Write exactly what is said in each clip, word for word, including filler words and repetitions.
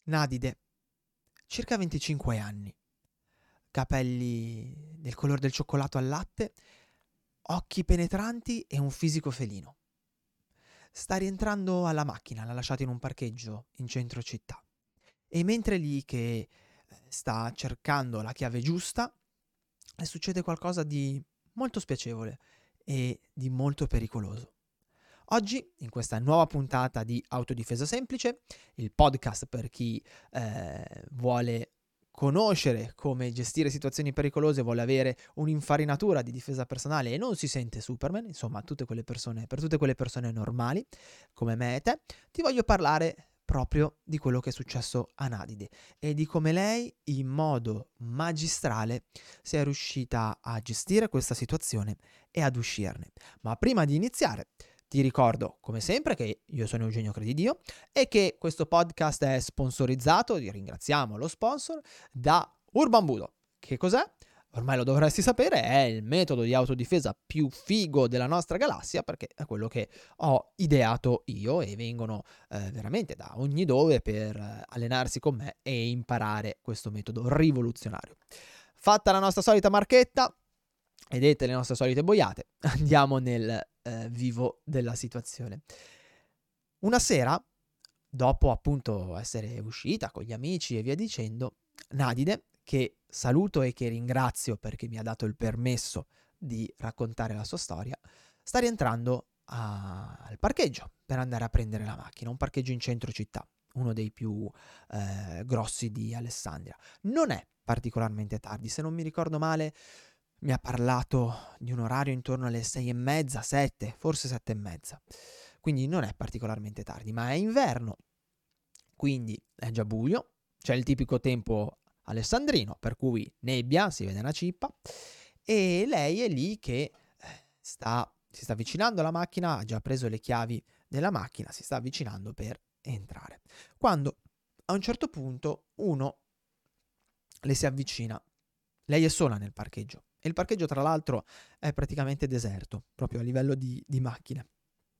Nadide, circa venticinque anni, capelli del colore del cioccolato al latte, occhi penetranti e un fisico felino. Sta rientrando alla macchina, l'ha lasciata in un parcheggio in centro città. E mentre lì che sta cercando la chiave giusta, le succede qualcosa di molto spiacevole e di molto pericoloso. Oggi, in questa nuova puntata di Autodifesa Semplice, il podcast per chi eh, vuole conoscere come gestire situazioni pericolose, vuole avere un'infarinatura di difesa personale e non si sente Superman, insomma, tutte quelle persone, per tutte quelle persone normali, come me e te, ti voglio parlare proprio di quello che è successo a Nadide e di come lei, in modo magistrale, sia riuscita a gestire questa situazione e ad uscirne. Ma prima di iniziare, ti ricordo, come sempre, che io sono Eugenio Credidio e che questo podcast è sponsorizzato, ringraziamo lo sponsor, da Urban Budo. Che cos'è? Ormai lo dovresti sapere, è il metodo di autodifesa più figo della nostra galassia, perché è quello che ho ideato io e vengono eh, veramente da ogni dove per eh, allenarsi con me e imparare questo metodo rivoluzionario. Fatta la nostra solita marchetta e dette le nostre solite boiate, andiamo nel eh, vivo della situazione. Una sera, dopo appunto essere uscita con gli amici e via dicendo, Nadide, che saluto e che ringrazio perché mi ha dato il permesso di raccontare la sua storia, sta rientrando a... al parcheggio per andare a prendere la macchina, un parcheggio in centro città, uno dei più eh, grossi di Alessandria. Non è particolarmente tardi, se non mi ricordo male mi ha parlato di un orario intorno alle sei e mezza, sette, forse sette e mezza. Quindi non è particolarmente tardi, ma è inverno, quindi è già buio, c'è il tipico tempo alessandrino, per cui nebbia, si vede una cippa, e lei è lì che sta, si sta avvicinando alla macchina, ha già preso le chiavi della macchina, si sta avvicinando per entrare. Quando a un certo punto uno le si avvicina. Lei è sola nel parcheggio e il parcheggio tra l'altro è praticamente deserto, proprio a livello di, di macchine.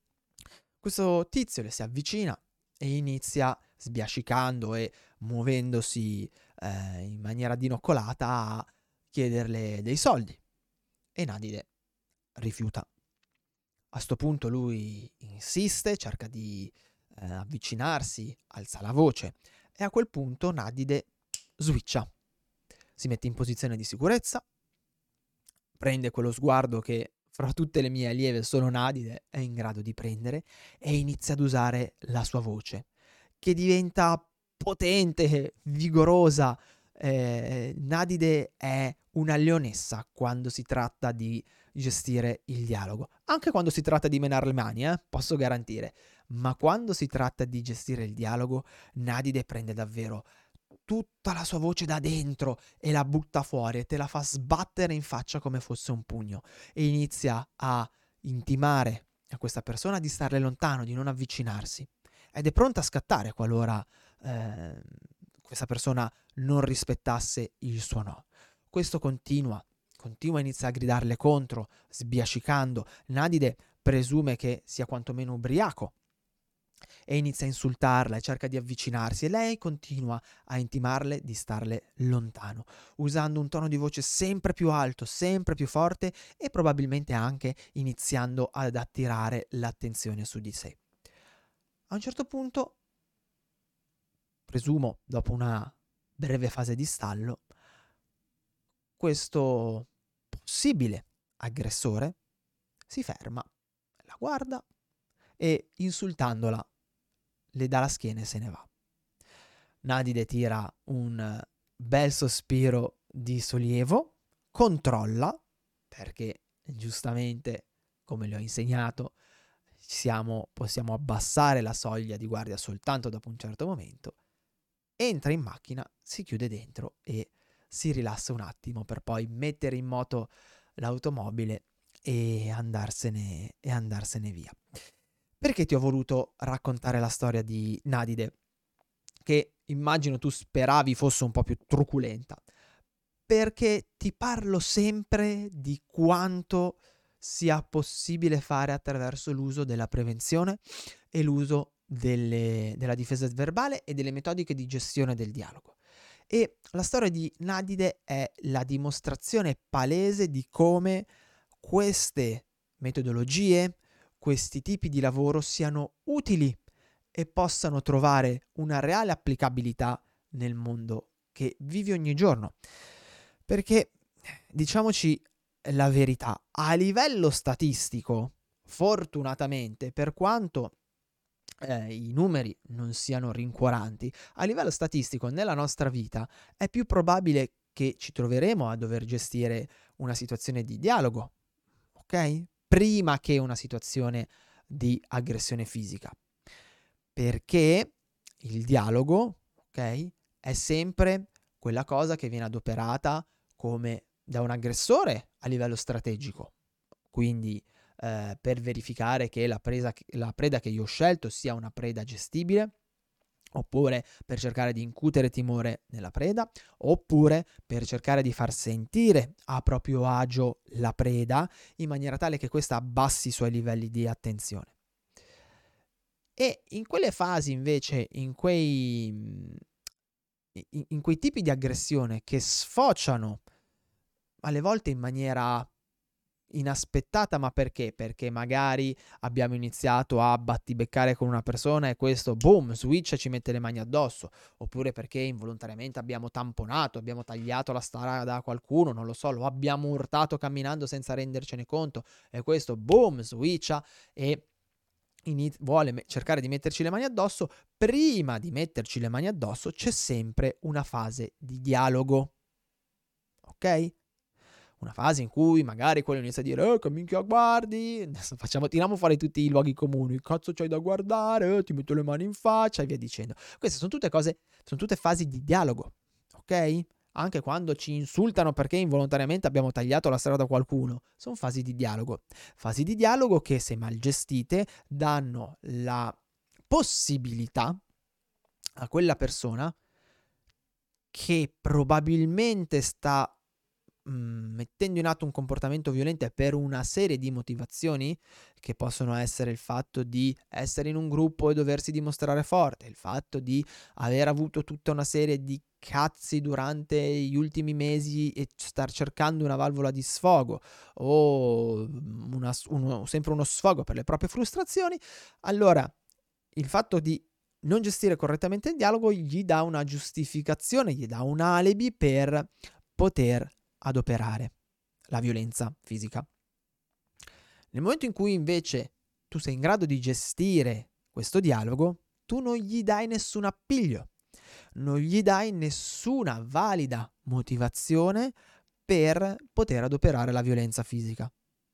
Questo tizio le si avvicina e inizia, sbiascicando e muovendosi eh, in maniera dinoccolata, a chiederle dei soldi. E Nadide rifiuta. A sto punto lui insiste, cerca di eh, avvicinarsi, alza la voce e a quel punto Nadide switcha. Si mette in posizione di sicurezza, prende quello sguardo che fra tutte le mie allieve solo Nadide è in grado di prendere e inizia ad usare la sua voce, che diventa potente, vigorosa. Eh, Nadide è una leonessa quando si tratta di gestire il dialogo, anche quando si tratta di menare le mani, eh, posso garantire, ma quando si tratta di gestire il dialogo, Nadide prende davvero tutta la sua voce da dentro e la butta fuori e te la fa sbattere in faccia come fosse un pugno e inizia a intimare a questa persona di starle lontano, di non avvicinarsi ed è pronta a scattare qualora eh, questa persona non rispettasse il suo no. Questo continua, continua a iniziare a gridarle contro, sbiascicando. Nadide presume che sia quantomeno ubriaco e inizia a insultarla e cerca di avvicinarsi e lei continua a intimarle di starle lontano, usando un tono di voce sempre più alto, sempre più forte e probabilmente anche iniziando ad attirare l'attenzione su di sé. A un certo punto, presumo dopo una breve fase di stallo, questo possibile aggressore si ferma, la guarda e insultandola le dà la schiena e se ne va. Nadide tira un bel sospiro di sollievo, controlla, perché giustamente, come le ho insegnato, siamo, possiamo abbassare la soglia di guardia soltanto dopo un certo momento, entra in macchina, si chiude dentro e si rilassa un attimo per poi mettere in moto l'automobile e andarsene, e andarsene via. Perché ti ho voluto raccontare la storia di Nadide, che immagino tu speravi fosse un po' più truculenta? Perché ti parlo sempre di quanto sia possibile fare attraverso l'uso della prevenzione e l'uso delle- della difesa verbale e delle metodiche di gestione del dialogo. E la storia di Nadide è la dimostrazione palese di come queste metodologie, questi tipi di lavoro siano utili e possano trovare una reale applicabilità nel mondo che vivi ogni giorno. Perché, diciamoci la verità, a livello statistico, fortunatamente, per quanto eh, i numeri non siano rincuoranti, a livello statistico nella nostra vita è più probabile che ci troveremo a dover gestire una situazione di dialogo, ok? Prima che una situazione di aggressione fisica. Perché il dialogo, ok, è sempre quella cosa che viene adoperata come da un aggressore a livello strategico. Quindi eh, per verificare che la, presa, la preda che io ho scelto sia una preda gestibile, oppure per cercare di incutere timore nella preda, oppure per cercare di far sentire a proprio agio la preda in maniera tale che questa abbassi i suoi livelli di attenzione. E in quelle fasi invece, in quei, in, in quei tipi di aggressione che sfociano alle volte in maniera inaspettata, ma perché? Perché magari abbiamo iniziato a battibeccare con una persona e questo, boom, switch e ci mette le mani addosso, oppure perché involontariamente abbiamo tamponato, abbiamo tagliato la strada a qualcuno, non lo so, lo abbiamo urtato camminando senza rendercene conto e questo, boom, switcha e iniz- vuole me- cercare di metterci le mani addosso. Prima di metterci le mani addosso c'è sempre una fase di dialogo, ok? Una fase in cui magari quello inizia a dire eh, che minchia guardi, adesso facciamo, tiriamo fuori tutti i luoghi comuni, cazzo c'hai da guardare, eh, ti metto le mani in faccia e via dicendo. Queste sono tutte cose, sono tutte fasi di dialogo, ok? Anche quando ci insultano perché involontariamente abbiamo tagliato la strada a qualcuno, sono fasi di dialogo. Fasi di dialogo che, se mal gestite, danno la possibilità a quella persona che probabilmente sta mh, mettendo in atto un comportamento violento per una serie di motivazioni che possono essere il fatto di essere in un gruppo e doversi dimostrare forte, il fatto di aver avuto tutta una serie di cazzi durante gli ultimi mesi e star cercando una valvola di sfogo o una, uno, sempre uno sfogo per le proprie frustrazioni. Allora il fatto di non gestire correttamente il dialogo gli dà una giustificazione, gli dà un alibi per poter adoperare la violenza fisica. Nel momento in cui invece tu sei in grado di gestire questo dialogo, tu non gli dai nessun appiglio, non gli dai nessuna valida motivazione per poter adoperare la violenza fisica.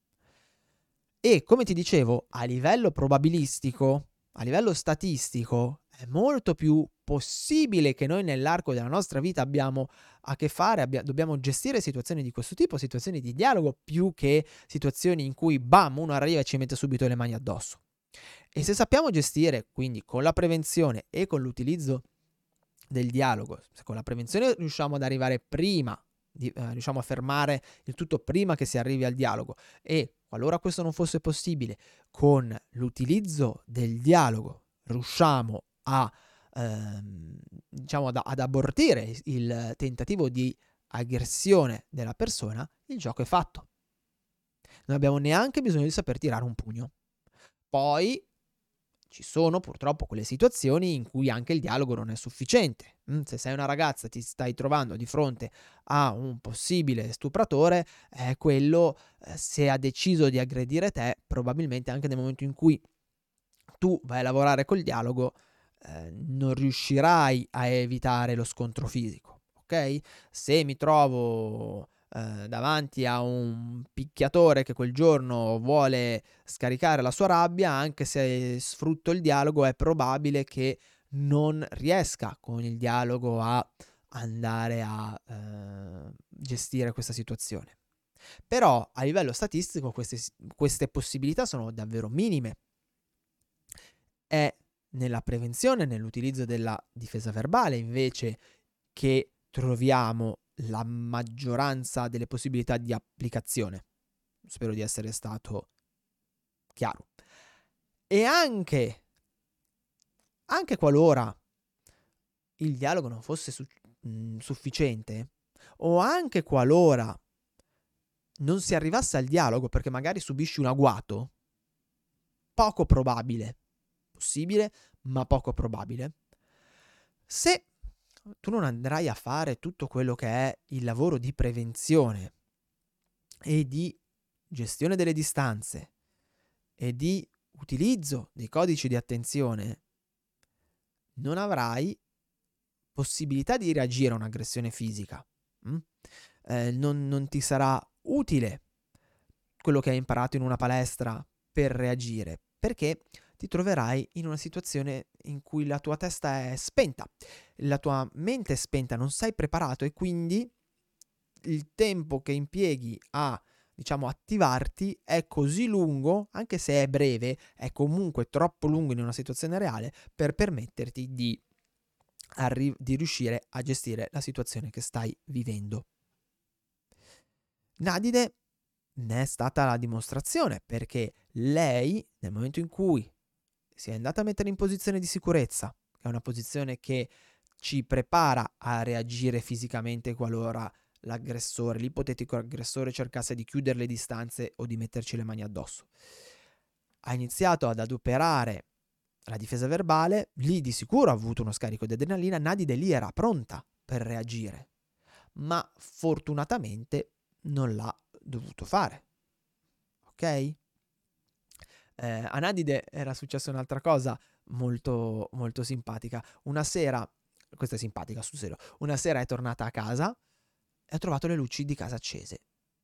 E come ti dicevo, a livello probabilistico, a livello statistico, è molto più possibile che noi nell'arco della nostra vita abbiamo a che fare, abbia, dobbiamo gestire situazioni di questo tipo, situazioni di dialogo, più che situazioni in cui bam, uno arriva e ci mette subito le mani addosso. E se sappiamo gestire, quindi con la prevenzione e con l'utilizzo del dialogo, se con la prevenzione riusciamo ad arrivare prima, di, eh, riusciamo a fermare il tutto prima che si arrivi al dialogo, e qualora questo non fosse possibile, con l'utilizzo del dialogo riusciamo a ehm, diciamo ad, ad abortire il tentativo di aggressione della persona, il gioco è fatto. Non abbiamo neanche bisogno di saper tirare un pugno. Poi ci sono purtroppo quelle situazioni in cui anche il dialogo non è sufficiente. Se sei una ragazza, ti stai trovando di fronte a un possibile stupratore, eh, quello eh, se ha deciso di aggredire te, probabilmente anche nel momento in cui tu vai a lavorare col dialogo, eh, non riuscirai a evitare lo scontro fisico, ok? Se mi trovo eh, davanti a un picchiatore che quel giorno vuole scaricare la sua rabbia, anche se sfrutto il dialogo, è probabile che non riesca con il dialogo a andare a eh, gestire questa situazione. Però a livello statistico queste, queste possibilità sono davvero minime. È nella prevenzione, nell'utilizzo della difesa verbale, invece, che troviamo la maggioranza delle possibilità di applicazione. Spero di essere stato chiaro. E anche anche qualora il dialogo non fosse su- mh, sufficiente, o anche qualora non si arrivasse al dialogo perché magari subisci un agguato, poco probabile, possibile, ma poco probabile, se tu non andrai a fare tutto quello che è il lavoro di prevenzione e di gestione delle distanze e di utilizzo dei codici di attenzione, non avrai possibilità di reagire a un'aggressione fisica. Mm? Eh, non, non ti sarà utile quello che hai imparato in una palestra per reagire, perché ti troverai in una situazione in cui la tua testa è spenta, la tua mente è spenta, non sei preparato e quindi il tempo che impieghi a, diciamo, attivarti è così lungo, anche se è breve, è comunque troppo lungo in una situazione reale per permetterti di, arri- di riuscire a gestire la situazione che stai vivendo. Nadide ne è stata la dimostrazione, perché lei, nel momento in cui si è andata a mettere in posizione di sicurezza, che è una posizione che ci prepara a reagire fisicamente qualora l'aggressore, l'ipotetico aggressore, cercasse di chiudere le distanze o di metterci le mani addosso, ha iniziato ad adoperare la difesa verbale, lì di sicuro ha avuto uno scarico di adrenalina, Nadide lì era pronta per reagire, ma fortunatamente non l'ha dovuto fare, ok? Eh, a Nadide era successa un'altra cosa molto, molto simpatica. Una sera, questa è simpatica sul serio, una sera è tornata a casa e ha trovato le luci di casa accese.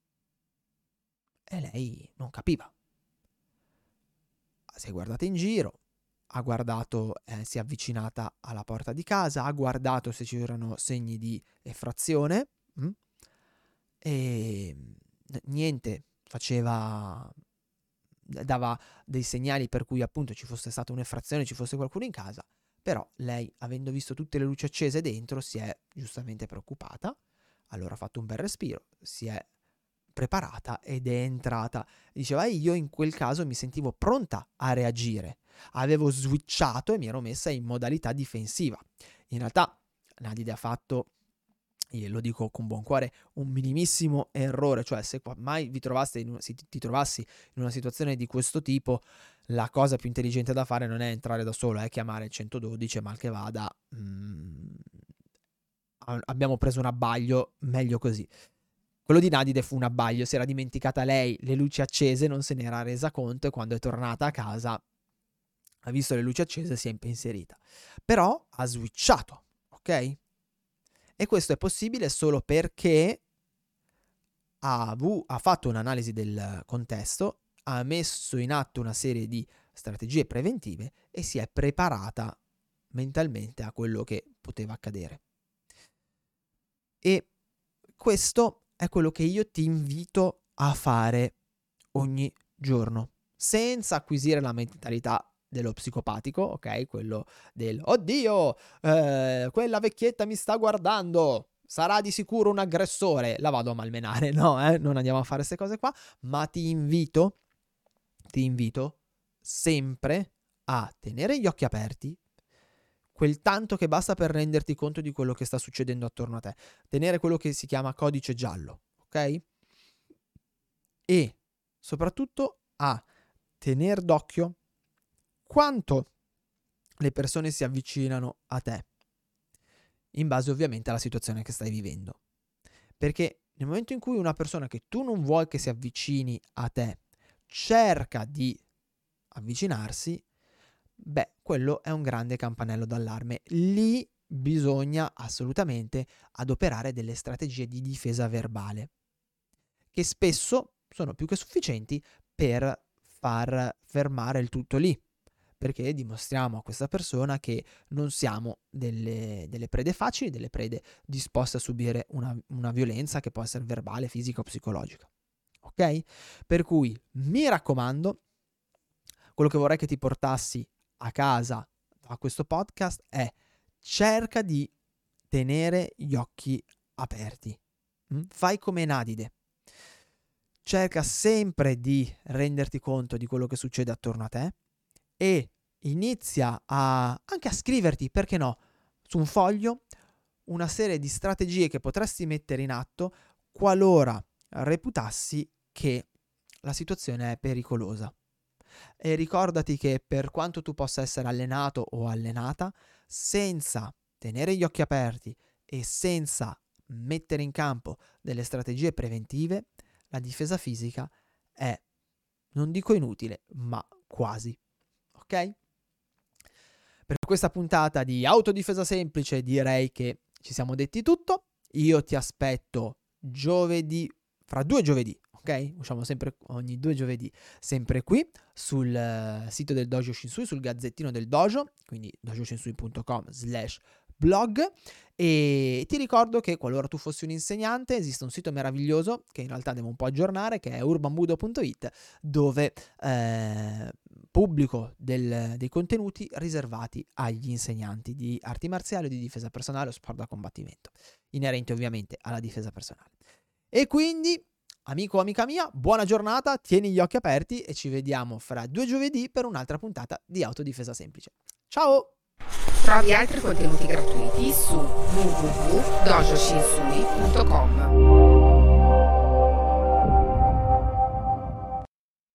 E lei non capiva. Si è guardata in giro, ha guardato, eh, si è avvicinata alla porta di casa, ha guardato se c'erano segni di effrazione mh? e niente, faceva, dava dei segnali per cui appunto ci fosse stata un'effrazione, ci fosse qualcuno in casa, però lei, avendo visto tutte le luci accese dentro, si è giustamente preoccupata, allora ha fatto un bel respiro, si è preparata ed è entrata. Diceva, io in quel caso mi sentivo pronta a reagire, avevo switchato e mi ero messa in modalità difensiva. In realtà Nadide ha fatto, io lo dico con buon cuore, un minimissimo errore, cioè se mai vi trovaste in una, se ti trovassi in una situazione di questo tipo, la cosa più intelligente da fare non è entrare da solo, è chiamare il centododici e mal che vada mm, abbiamo preso un abbaglio, meglio così. Quello di Nadide fu un abbaglio, si era dimenticata lei le luci accese, non se n'era resa conto e quando è tornata a casa ha visto le luci accese e si è impensierita. Però ha switchato, ok? E questo è possibile solo perché ha, avu- ha fatto un'analisi del contesto, ha messo in atto una serie di strategie preventive e si è preparata mentalmente a quello che poteva accadere. E questo è quello che io ti invito a fare ogni giorno, senza acquisire la mentalità dello psicopatico, ok? Quello del oddio, eh, quella vecchietta mi sta guardando, sarà di sicuro un aggressore, la vado a malmenare, no? Eh? Non andiamo a fare queste cose qua, ma ti invito, ti invito sempre a tenere gli occhi aperti, quel tanto che basta per renderti conto di quello che sta succedendo attorno a te, tenere quello che si chiama codice giallo, ok? E soprattutto a tener d'occhio quanto le persone si avvicinano a te, in base ovviamente alla situazione che stai vivendo. Perché nel momento in cui una persona che tu non vuoi che si avvicini a te cerca di avvicinarsi, beh, quello è un grande campanello d'allarme. Lì bisogna assolutamente adoperare delle strategie di difesa verbale, che spesso sono più che sufficienti per far fermare il tutto lì, perché dimostriamo a questa persona che non siamo delle, delle prede facili, delle prede disposte a subire una, una violenza che può essere verbale, fisica o psicologica. Ok? Per cui mi raccomando, quello che vorrei che ti portassi a casa da questo podcast è: cerca di tenere gli occhi aperti. Mm? Fai come Nadide. Cerca sempre di renderti conto di quello che succede attorno a te e inizia a, anche a scriverti, perché no, su un foglio una serie di strategie che potresti mettere in atto qualora reputassi che la situazione è pericolosa. E ricordati che per quanto tu possa essere allenato o allenata, senza tenere gli occhi aperti e senza mettere in campo delle strategie preventive, la difesa fisica è, non dico inutile, ma quasi. Ok? Per questa puntata di Autodifesa Semplice direi che ci siamo detti tutto. Io ti aspetto giovedì, fra due giovedì, ok? Usciamo sempre ogni due giovedì, sempre qui sul uh, sito del Dojo Shinsui, sul gazzettino del dojo, quindi dojoshinsui.com slash blog. E ti ricordo che qualora tu fossi un insegnante esiste un sito meraviglioso che in realtà devo un po' aggiornare, che è urban budo punto it, dove eh, pubblico del, dei contenuti riservati agli insegnanti di arti marziali o di difesa personale o sport da combattimento, inerenti ovviamente alla difesa personale. E quindi, amico o amica mia, buona giornata, tieni gli occhi aperti e ci vediamo fra due giovedì per un'altra puntata di Autodifesa Semplice. Ciao! Trovi altri contenuti gratuiti su w w w punto dojo shinsui punto com.